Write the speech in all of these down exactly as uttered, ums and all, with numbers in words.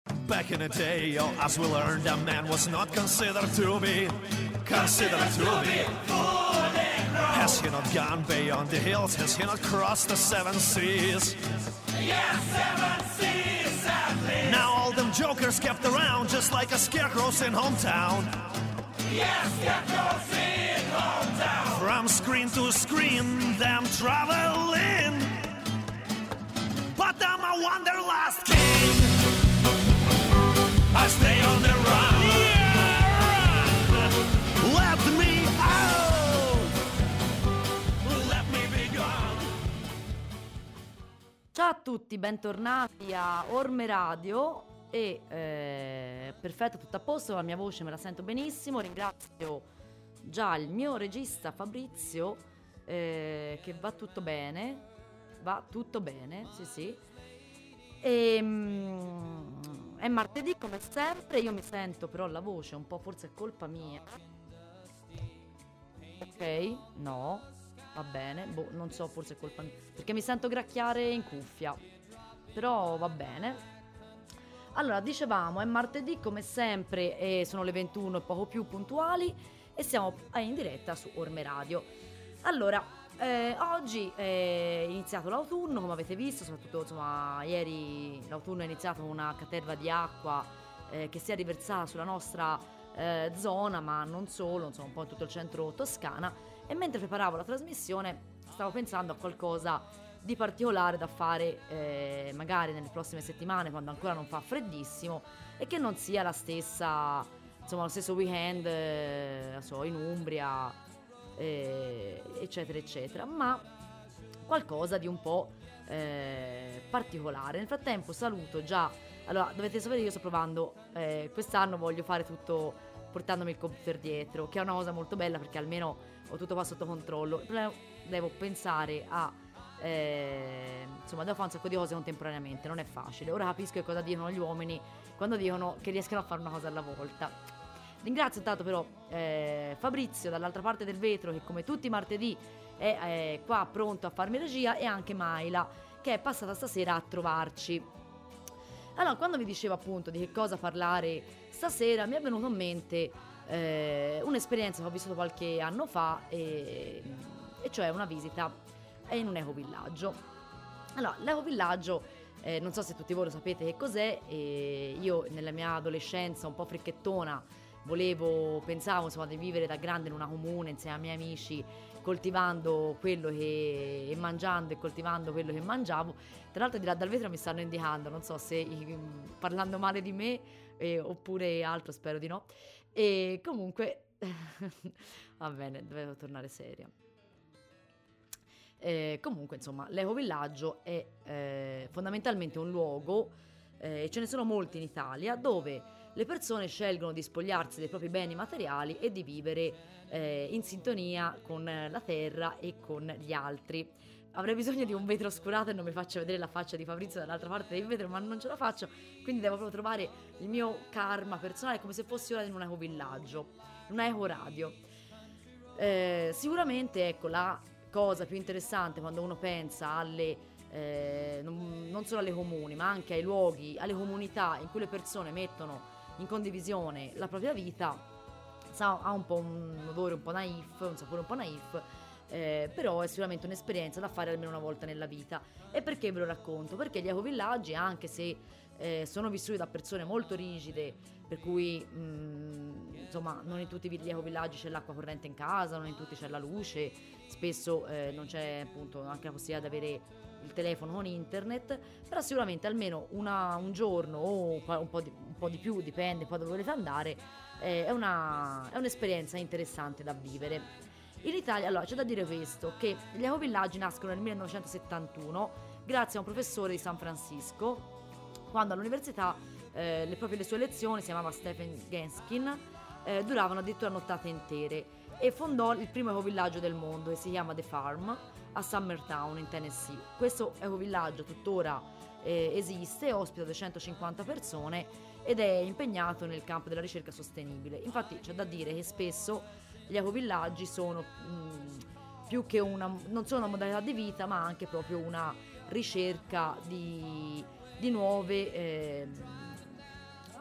Back in the day, oh, as we learned, a man was not considered to be considered to be Has he not gone beyond the hills? Has he not crossed the seven seas? Yes, seven seas at least. Now all them jokers kept around just like a scarecrows in hometown. Yes, scarecrows in hometown. From screen to screen, them traveling. But I'm a wanderlust king. I stay on the run. Yeah, run. Let me out. Let me be gone. Ciao a tutti, bentornati a Orme Radio. E eh, perfetto, tutto a posto, la mia voce me la sento benissimo. Ringrazio già il mio regista Fabrizio, eh, che va tutto bene. Va tutto bene, sì sì. E, mm, è martedì come sempre. Io mi sento però la voce un po', forse è colpa mia. Ok, no, va bene, boh, non so, forse è colpa mia, perché mi sento gracchiare in cuffia. Però va bene. Allora, dicevamo, è martedì come sempre e sono le ventuno e poco più puntuali e siamo in diretta su Orme Radio. Allora, eh, oggi è iniziato l'autunno, come avete visto, soprattutto insomma ieri l'autunno è iniziato con una caterva di acqua eh, che si è riversata sulla nostra eh, zona, ma non solo, insomma un po' in tutto il centro Toscana. E mentre preparavo la trasmissione stavo pensando a qualcosa di particolare da fare eh, magari nelle prossime settimane, quando ancora non fa freddissimo e che non sia la stessa, insomma lo stesso weekend eh, so, in Umbria eh, eccetera eccetera, ma qualcosa di un po' eh, particolare. Nel frattempo saluto già, allora dovete sapere, io sto provando eh, quest'anno voglio fare tutto portandomi il computer dietro, che è una cosa molto bella perché almeno ho tutto qua sotto controllo. Devo pensare a Eh, insomma devo fare un sacco di cose contemporaneamente, non è facile. Ora capisco che cosa dicono gli uomini quando dicono che riescono a fare una cosa alla volta. Ringrazio tanto però eh, Fabrizio dall'altra parte del vetro, che come tutti i martedì è, è qua pronto a farmi regia, e anche Maila, che è passata stasera a trovarci. Allora, quando vi dicevo appunto di che cosa parlare stasera, mi è venuto in mente eh, un'esperienza che ho vissuto qualche anno fa, e, e cioè una visita in un ecovillaggio. Allora, l'ecovillaggio, eh, non so se tutti voi lo sapete che cos'è, e io nella mia adolescenza un po' fricchettona volevo, pensavo insomma di vivere da grande in una comune insieme ai miei amici, coltivando quello che, e mangiando e coltivando quello che mangiavo. Tra l'altro di là dal vetro mi stanno indicando, non so se parlando male di me eh, oppure altro, spero di no. E comunque va bene, dovevo tornare seria. Eh, comunque insomma l'ecovillaggio è eh, fondamentalmente un luogo, e eh, ce ne sono molti in Italia, dove le persone scelgono di spogliarsi dei propri beni materiali e di vivere eh, in sintonia con la terra e con gli altri. Avrei bisogno di un vetro oscurato e non mi faccio vedere la faccia di Fabrizio dall'altra parte del vetro, ma non ce la faccio, quindi devo proprio trovare il mio karma personale, come se fossi ora in un ecovillaggio, in una ecoradio. Eh, sicuramente ecco la cosa più interessante quando uno pensa alle eh, non, non solo alle comuni, ma anche ai luoghi, alle comunità in cui le persone mettono in condivisione la propria vita, sa, ha un po' un odore un po' naif, un sapore un po' naif, eh, però è sicuramente un'esperienza da fare almeno una volta nella vita. E perché ve lo racconto? Perché gli ecovillaggi, anche se eh, sono vissuti da persone molto rigide, per cui mh, insomma non in tutti gli ecovillaggi c'è l'acqua corrente in casa, non in tutti c'è la luce, spesso eh, non c'è appunto anche la possibilità di avere il telefono con internet, però sicuramente almeno una, un giorno o un po' di, un po' di più, dipende poi dove volete andare, eh, è, una, è un'esperienza interessante da vivere. In Italia, allora, c'è da dire questo, che gli ecovillaggi nascono nel millenovecentosettantuno grazie a un professore di San Francisco, quando all'università eh, le proprie le sue lezioni, si chiamava Stephen Genskin, eh, duravano addirittura nottate intere, e fondò il primo ecovillaggio del mondo, che si chiama The Farm, a Summertown in Tennessee. Questo ecovillaggio tuttora eh, esiste, ospita duecentocinquanta persone ed è impegnato nel campo della ricerca sostenibile. Infatti c'è da dire che spesso gli ecovillaggi sono mh, più che una, non solo una modalità di vita, ma anche proprio una ricerca di, di nuove eh,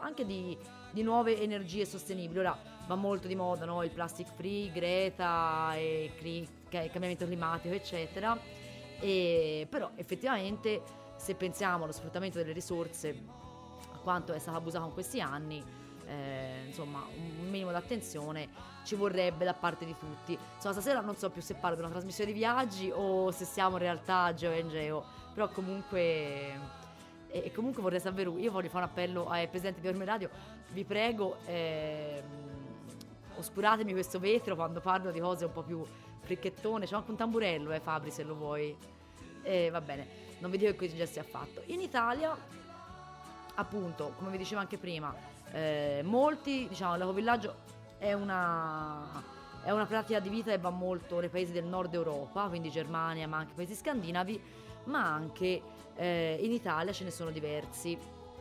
anche di, di nuove energie sostenibili. Ora va molto di moda, no? Il plastic free, Greta, e cli- ca- cambiamento climatico, eccetera. E, però effettivamente, se pensiamo allo sfruttamento delle risorse, a quanto è stato abusato in questi anni, eh, insomma, un minimo d'attenzione ci vorrebbe da parte di tutti. Insomma, stasera non so più se parlo di una trasmissione di viaggi o se siamo in realtà Geo e Geo, però comunque, e, e comunque vorrei davvero, io voglio fare un appello ai presidenti di Orme Radio, vi prego, ehm, oscuratemi questo vetro quando parlo di cose un po' più fricchettone. C'è anche un tamburello, eh Fabri, se lo vuoi. E va bene, non vi dico che così già sia fatto. In Italia, appunto, come vi dicevo anche prima, eh, molti, diciamo, l'ecovillaggio è una, è una pratica di vita che va molto nei paesi del nord Europa, quindi Germania, ma anche paesi scandinavi, ma anche eh, in Italia ce ne sono diversi.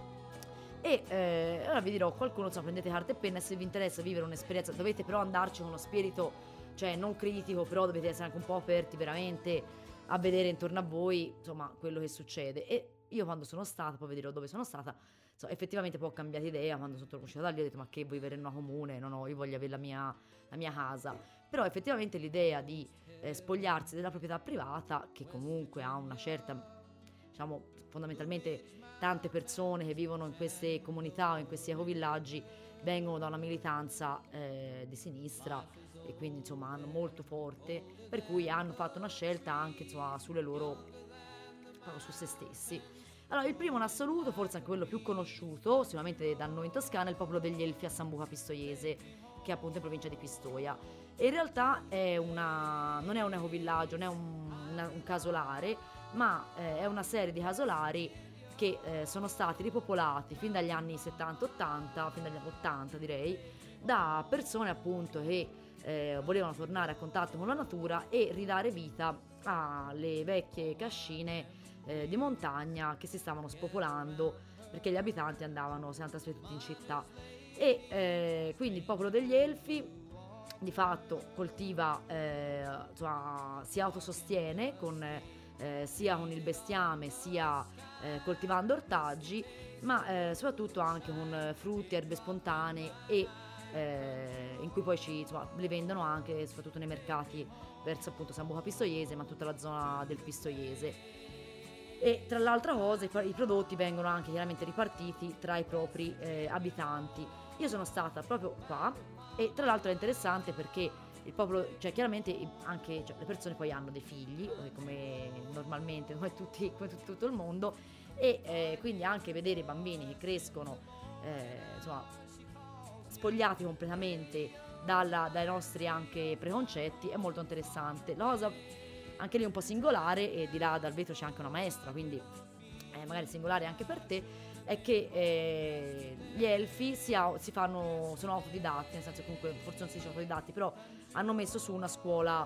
E eh, ora vi dirò, qualcuno, so, prendete carta e penna, e se vi interessa vivere un'esperienza dovete però andarci con uno spirito, cioè non critico, però dovete essere anche un po' aperti veramente a vedere intorno a voi, insomma, quello che succede. E io quando sono stata, poi vi dirò dove sono stata, so, effettivamente poi ho cambiato idea. Quando sono tornata da lì ho detto: ma che vuoi vivere in una comune? No, no, io voglio avere la mia, la mia casa. Però effettivamente l'idea di eh, spogliarsi della proprietà privata, che comunque ha una certa, diciamo, fondamentalmente tante persone che vivono in queste comunità o in questi ecovillaggi vengono da una militanza eh, di sinistra, e quindi insomma hanno molto forte, per cui hanno fatto una scelta anche, insomma, sulle loro, proprio su se stessi. Allora, il primo in assoluto, forse anche quello più conosciuto sicuramente da noi in Toscana, è il popolo degli Elfi a Sambuca Pistoiese, che è appunto in provincia di Pistoia. E in realtà è una, non è un ecovillaggio, non è un, una, un casolare, ma eh, è una serie di casolari che eh, sono stati ripopolati fin dagli anni settanta ottanta, fin dagli anni ottanta direi, da persone appunto che eh, volevano tornare a contatto con la natura e ridare vita alle vecchie cascine eh, di montagna che si stavano spopolando, perché gli abitanti andavano, si erano trasferiti in città. E eh, quindi il popolo degli Elfi di fatto coltiva, eh, insomma, si autosostiene con eh, sia con il bestiame sia eh, coltivando ortaggi, ma eh, soprattutto anche con frutti, erbe spontanee, e eh, in cui poi ci, insomma, le vendono anche soprattutto nei mercati verso appunto Sambuca Pistoiese, ma tutta la zona del Pistoiese. E tra l'altra cosa i, i prodotti vengono anche chiaramente ripartiti tra i propri eh, abitanti. Io sono stata proprio qua, e tra l'altro è interessante perché il popolo, cioè chiaramente anche, cioè, le persone poi hanno dei figli, come normalmente, come, tutti, come tutto, tutto il mondo, e eh, quindi anche vedere i bambini che crescono eh, insomma, spogliati completamente dalla, dai nostri anche preconcetti è molto interessante. La cosa anche lì un po' singolare, e di là dal vetro c'è anche una maestra, quindi eh, magari singolare anche per te, è che eh, gli elfi si, au- si fanno, sono autodidatti, nel senso che comunque forse non si dice autodidatti, però hanno messo su una scuola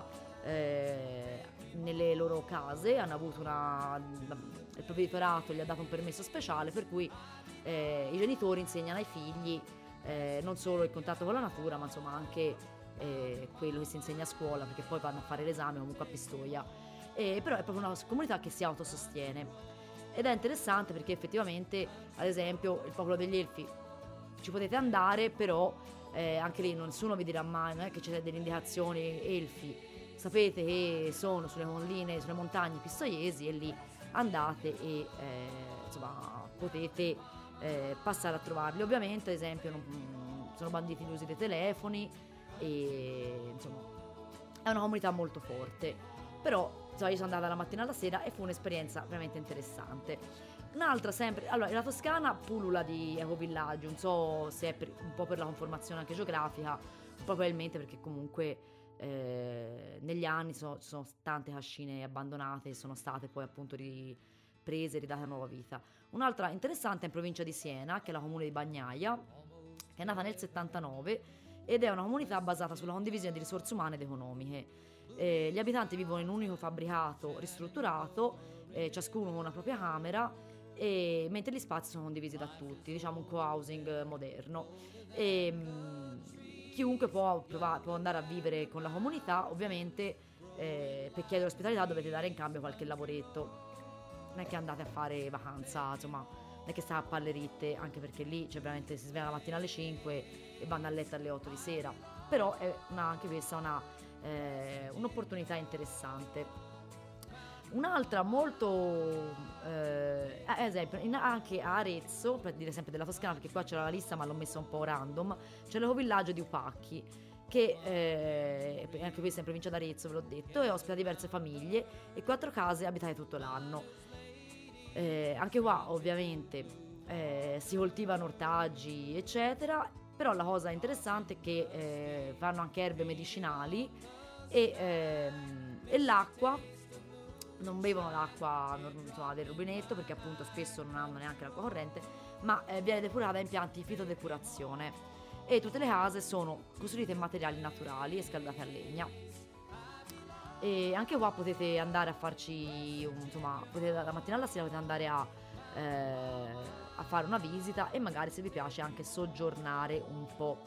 eh, nelle loro case, hanno avuto una, il provveditorato gli ha dato un permesso speciale, per cui eh, i genitori insegnano ai figli eh, non solo il contatto con la natura, ma insomma anche eh, quello che si insegna a scuola, perché poi vanno a fare l'esame comunque a Pistoia. Eh, però è proprio una comunità che si autosostiene. Ed è interessante perché effettivamente, ad esempio, il popolo degli Elfi ci potete andare, però eh, anche lì non, nessuno vi dirà mai, non è che c'è delle indicazioni Elfi, sapete che sono sulle colline, sulle montagne pistoiesi, e lì andate e eh, insomma potete eh, passare a trovarli. Ovviamente, ad esempio, non, sono banditi gli usi dei telefoni, e insomma è una comunità molto forte. Però insomma, io sono andata la mattina alla sera e fu un'esperienza veramente interessante. Un'altra sempre, allora, la Toscana pullula di ecovillaggi, non so se è per, un po' per la conformazione anche geografica, probabilmente perché comunque eh, negli anni so, ci sono tante cascine abbandonate e sono state poi appunto riprese e ridate a nuova vita. Un'altra interessante è in provincia di Siena, che è la comune di Bagnaia, che è nata nel settantanove ed è una comunità basata sulla condivisione di risorse umane ed economiche. Eh, gli abitanti vivono in un unico fabbricato ristrutturato, eh, ciascuno con una propria camera, e, mentre gli spazi sono condivisi da tutti, diciamo un co-housing moderno. E, mh, chiunque può, provare, può andare a vivere con la comunità, ovviamente eh, per chiedere ospitalità dovete dare in cambio qualche lavoretto, non è che andate a fare vacanza insomma non è che sta a palle ritte, anche perché lì cioè, veramente si sveglia la mattina alle cinque e vanno a letto alle otto di sera, però è una, anche questa una, eh, un'opportunità interessante. Un'altra molto, eh, ad esempio, in, anche a Arezzo, per dire sempre della Toscana, perché qua c'era la lista ma l'ho messa un po' random, c'è l'ecovillaggio di Upacchi, che eh, anche questo è in provincia d'Arezzo, ve l'ho detto, e ospita diverse famiglie e quattro case abitate tutto l'anno. Eh, anche qua ovviamente eh, si coltivano ortaggi eccetera, però la cosa interessante è che eh, fanno anche erbe medicinali e, ehm, e l'acqua, non bevono l'acqua insomma, del rubinetto perché appunto spesso non hanno neanche l'acqua corrente, ma eh, viene depurata da impianti di fitodepurazione e tutte le case sono costruite in materiali naturali e scaldate a legna. E anche qua potete andare a farci un, insomma, potete dalla mattina alla sera potete andare a, eh, a fare una visita e magari se vi piace anche soggiornare un po'.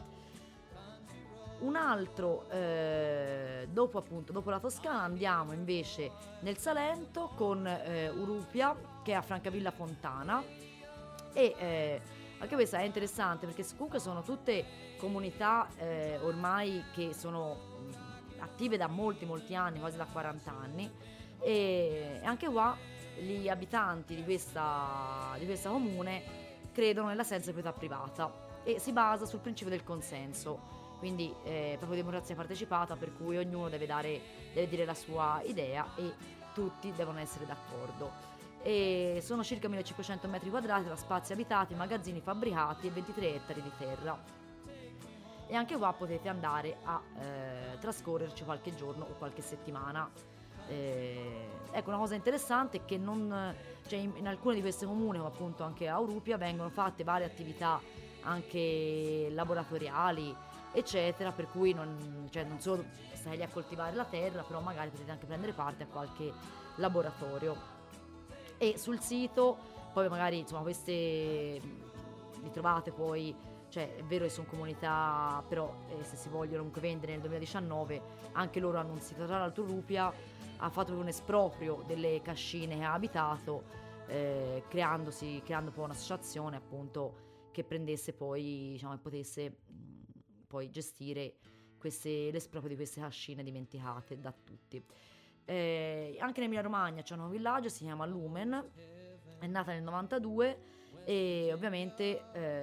Un altro, eh, dopo appunto, dopo la Toscana andiamo invece nel Salento con eh, Urupia, che è a Francavilla Fontana, e eh, anche questa è interessante perché comunque sono tutte comunità eh, ormai che sono mh, attive da molti molti anni, quasi da quaranta anni, e anche qua gli abitanti di questa, di questa comune credono nell'assenza di proprietà privata e si basa sul principio del consenso. Quindi eh, proprio democrazia partecipata, per cui ognuno deve, dare, deve dire la sua idea e tutti devono essere d'accordo. E sono circa millecinquecento metri quadrati tra spazi abitati, magazzini, fabbricati e ventitré ettari di terra. E anche qua potete andare a eh, trascorrerci qualche giorno o qualche settimana. Eh, ecco, una cosa interessante è che non, cioè in, in alcune di queste comuni, come appunto anche a Urupia, vengono fatte varie attività anche laboratoriali eccetera, per cui non, cioè non solo stai lì a coltivare la terra, però magari potete anche prendere parte a qualche laboratorio. E sul sito poi magari insomma queste li trovate poi, cioè è vero che sono comunità, però eh, se si vogliono comunque vendere nel duemiladiciannove anche loro hanno un sito. Tra l'altro Urupia ha fatto un esproprio delle cascine che ha abitato, eh, creandosi creando poi un'associazione appunto che prendesse poi, diciamo, e potesse poi gestire queste, l'esproprio di queste cascine dimenticate da tutti. Eh, anche in Emilia Romagna c'è un villaggio, si chiama Lumen, è nata nel novantadue e ovviamente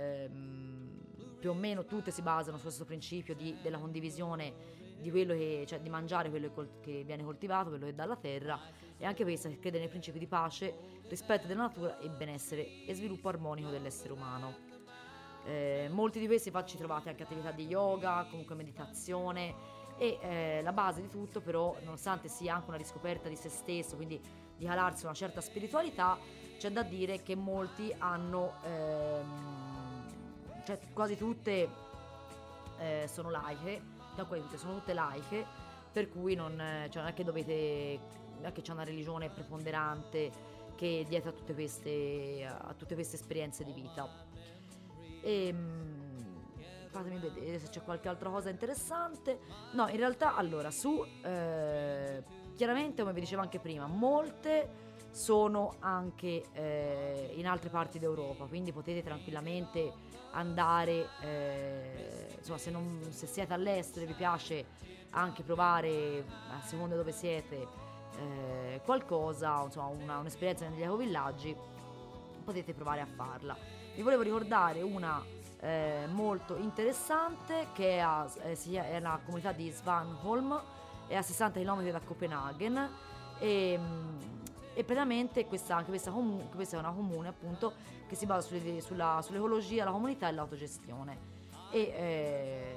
ehm, più o meno tutte si basano su questo principio di, della condivisione di quello che, cioè di mangiare quello che, che viene coltivato, quello che dà la terra, e anche questa che crede nei principi di pace, rispetto della natura e benessere e sviluppo armonico dell'essere umano. Eh, molti di questi facci trovate anche attività di yoga, comunque meditazione e eh, la base di tutto però, nonostante sia anche una riscoperta di se stesso, quindi di calarsi una certa spiritualità, c'è da dire che molti hanno ehm, cioè quasi tutte eh, sono laiche, no, quasi tutte sono tutte laiche, per cui non, cioè non è che dovete, non è che c'è una religione preponderante che dietro a tutte queste a tutte queste esperienze di vita. E, fatemi vedere se c'è qualche altra cosa interessante. No, in realtà allora su eh, chiaramente, come vi dicevo anche prima, molte sono anche eh, in altre parti d'Europa, quindi potete tranquillamente andare eh, insomma, se, non, se siete all'estero e vi piace anche provare a seconda dove siete eh, qualcosa, insomma una, un'esperienza negli ecovillaggi, potete provare a farla. Vi volevo ricordare una eh, molto interessante che è, a, eh, è la comunità di Svanholm, è a sessanta chilometri da Copenaghen e, e praticamente questa, anche questa, comu- questa è una comune appunto che si basa sulle, sulla, sull'ecologia, la comunità e l'autogestione e eh,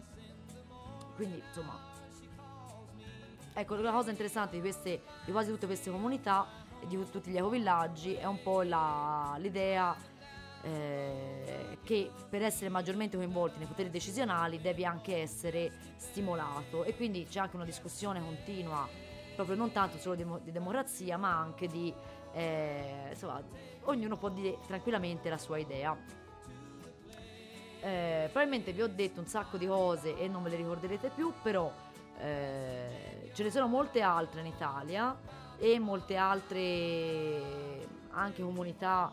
quindi insomma ecco, la cosa interessante di queste di quasi tutte queste comunità e di tutti gli ecovillaggi è un po' la, l'idea Eh, che per essere maggiormente coinvolti nei poteri decisionali devi anche essere stimolato, e quindi c'è anche una discussione continua proprio non tanto solo di, di democrazia ma anche di eh, insomma ognuno può dire tranquillamente la sua idea. Eh, probabilmente vi ho detto un sacco di cose e non ve le ricorderete più, però eh, ce ne sono molte altre in Italia e molte altre anche comunità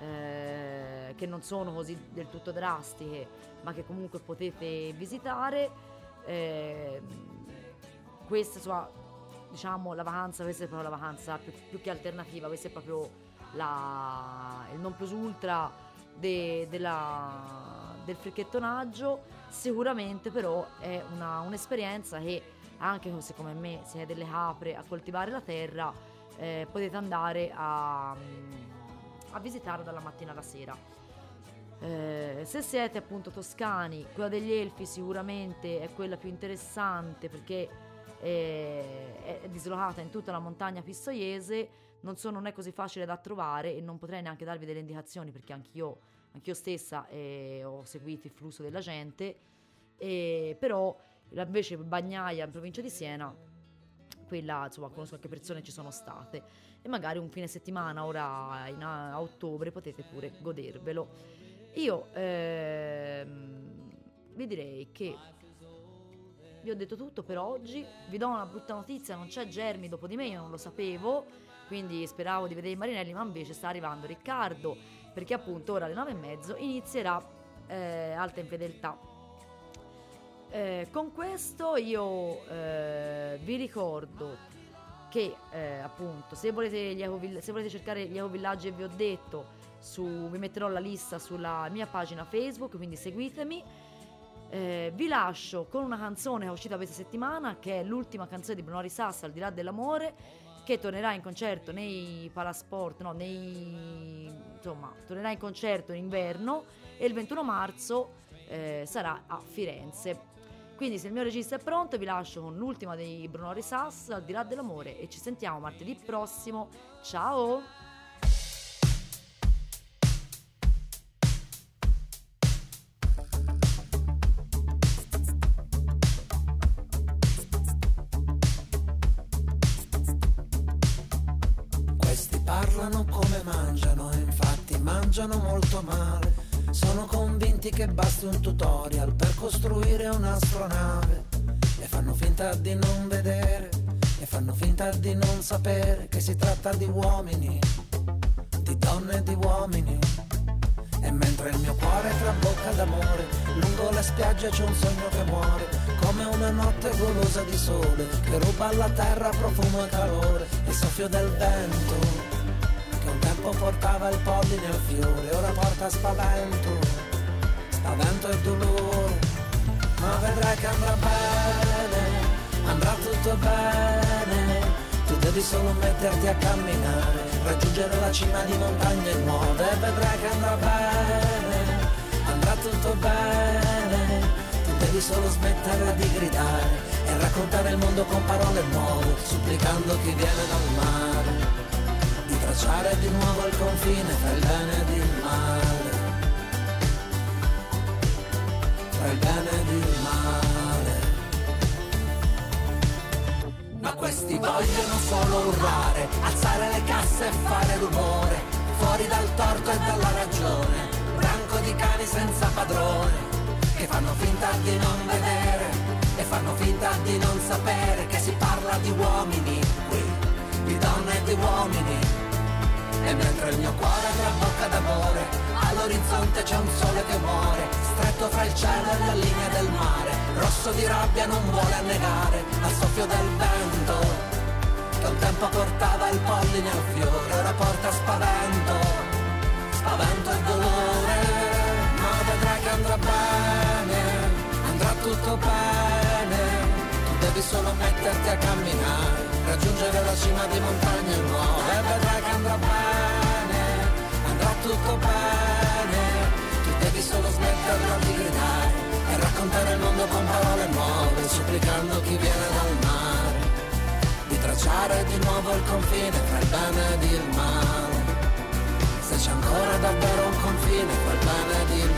eh, che non sono così del tutto drastiche, ma che comunque potete visitare. Eh, questa insomma, diciamo la vacanza, questa è proprio la vacanza più, più che alternativa, questa è proprio la, il non plus ultra de, della, del fricchettonaggio. Sicuramente però è una, un'esperienza che anche se come me siete delle capre a coltivare la terra, eh, potete andare a, a visitare dalla mattina alla sera. Eh, se siete appunto toscani, quella degli Elfi sicuramente è quella più interessante, perché è, è dislocata in tutta la montagna pistoiese, non, so, non è così facile da trovare e non potrei neanche darvi delle indicazioni, perché anch'io, anch'io stessa eh, ho seguito il flusso della gente, eh, però invece Bagnaia in provincia di Siena, quella insomma conosco anche persone che ci sono state, e magari un fine settimana ora in a, a ottobre potete pure godervelo. Io ehm, vi direi che vi ho detto tutto per oggi. Vi do una brutta notizia: non c'è Germi dopo di me, io non lo sapevo, quindi speravo di vedere i Marinelli, ma invece sta arrivando Riccardo, perché appunto ora alle nove e mezzo inizierà eh, Alta Infedeltà. Eh, con questo io eh, vi ricordo che eh, appunto se volete, gli ecovill- se volete cercare gli ecovillaggi, e vi ho detto, su, vi metterò la lista sulla mia pagina Facebook, quindi seguitemi. Eh, vi lascio con una canzone che è uscita questa settimana, che è l'ultima canzone di Bruno Risassa, Al di là dell'amore, che tornerà in concerto nei Palasport, no, nei insomma, tornerà in concerto in inverno, e il ventuno marzo eh, sarà a Firenze. Quindi se il mio regista è pronto, vi lascio con l'ultima dei Bruno Risassa, Al di là dell'amore, e ci sentiamo martedì prossimo. Ciao! Questi parlano come mangiano, e infatti mangiano molto male. Sono convinti che basti un tutorial per costruire un'astronave, e fanno finta di non vedere, e fanno finta di non sapere che si tratta di uomini, di donne e di uomini. E mentre il mio cuore trabocca d'amore, lungo le spiagge c'è un sogno che muore, come una notte golosa di sole, che ruba alla terra profumo e calore. Il soffio del vento che un tempo portava il polline al fiore, ora porta spavento, spavento e dolore. Ma vedrai che andrà bene, andrà tutto bene. Tu devi solo metterti a camminare, raggiungere la cima di montagne nuove, e vedrai che andrà bene, andrà tutto bene. Tu devi solo smettere di gridare e raccontare il mondo con parole nuove, supplicando chi viene dal mare di tracciare di nuovo il confine tra il bene ed il male, tra il bene ed il male. Ma questi vogliono solo urlare, alzare le casse e fare rumore, fuori dal torto e dalla ragione, branco di cani senza padrone, che fanno finta di non vedere e fanno finta di non sapere che si parla di uomini qui, di donne e di uomini. E mentre il mio cuore trabocca d'amore, all'orizzonte c'è un sole che muore, stretto fra il cielo e la linea del mare, rosso di rabbia non vuole annegare al soffio del vento, che un tempo portava il polline al fiore, ora porta spavento, spavento e dolore. Ma vedrai che andrà bene, andrà tutto bene. Tu devi solo metterti a camminare, raggiungere la cima di montagne nuove, e vedrai che andrà bene, andrà tutto bene. Tu devi solo smetterla di gridare e raccontare il mondo con parole nuove, supplicando chi viene dal mare di tracciare di nuovo il confine tra il bene ed il male. Se c'è ancora davvero un confine tra il bene ed il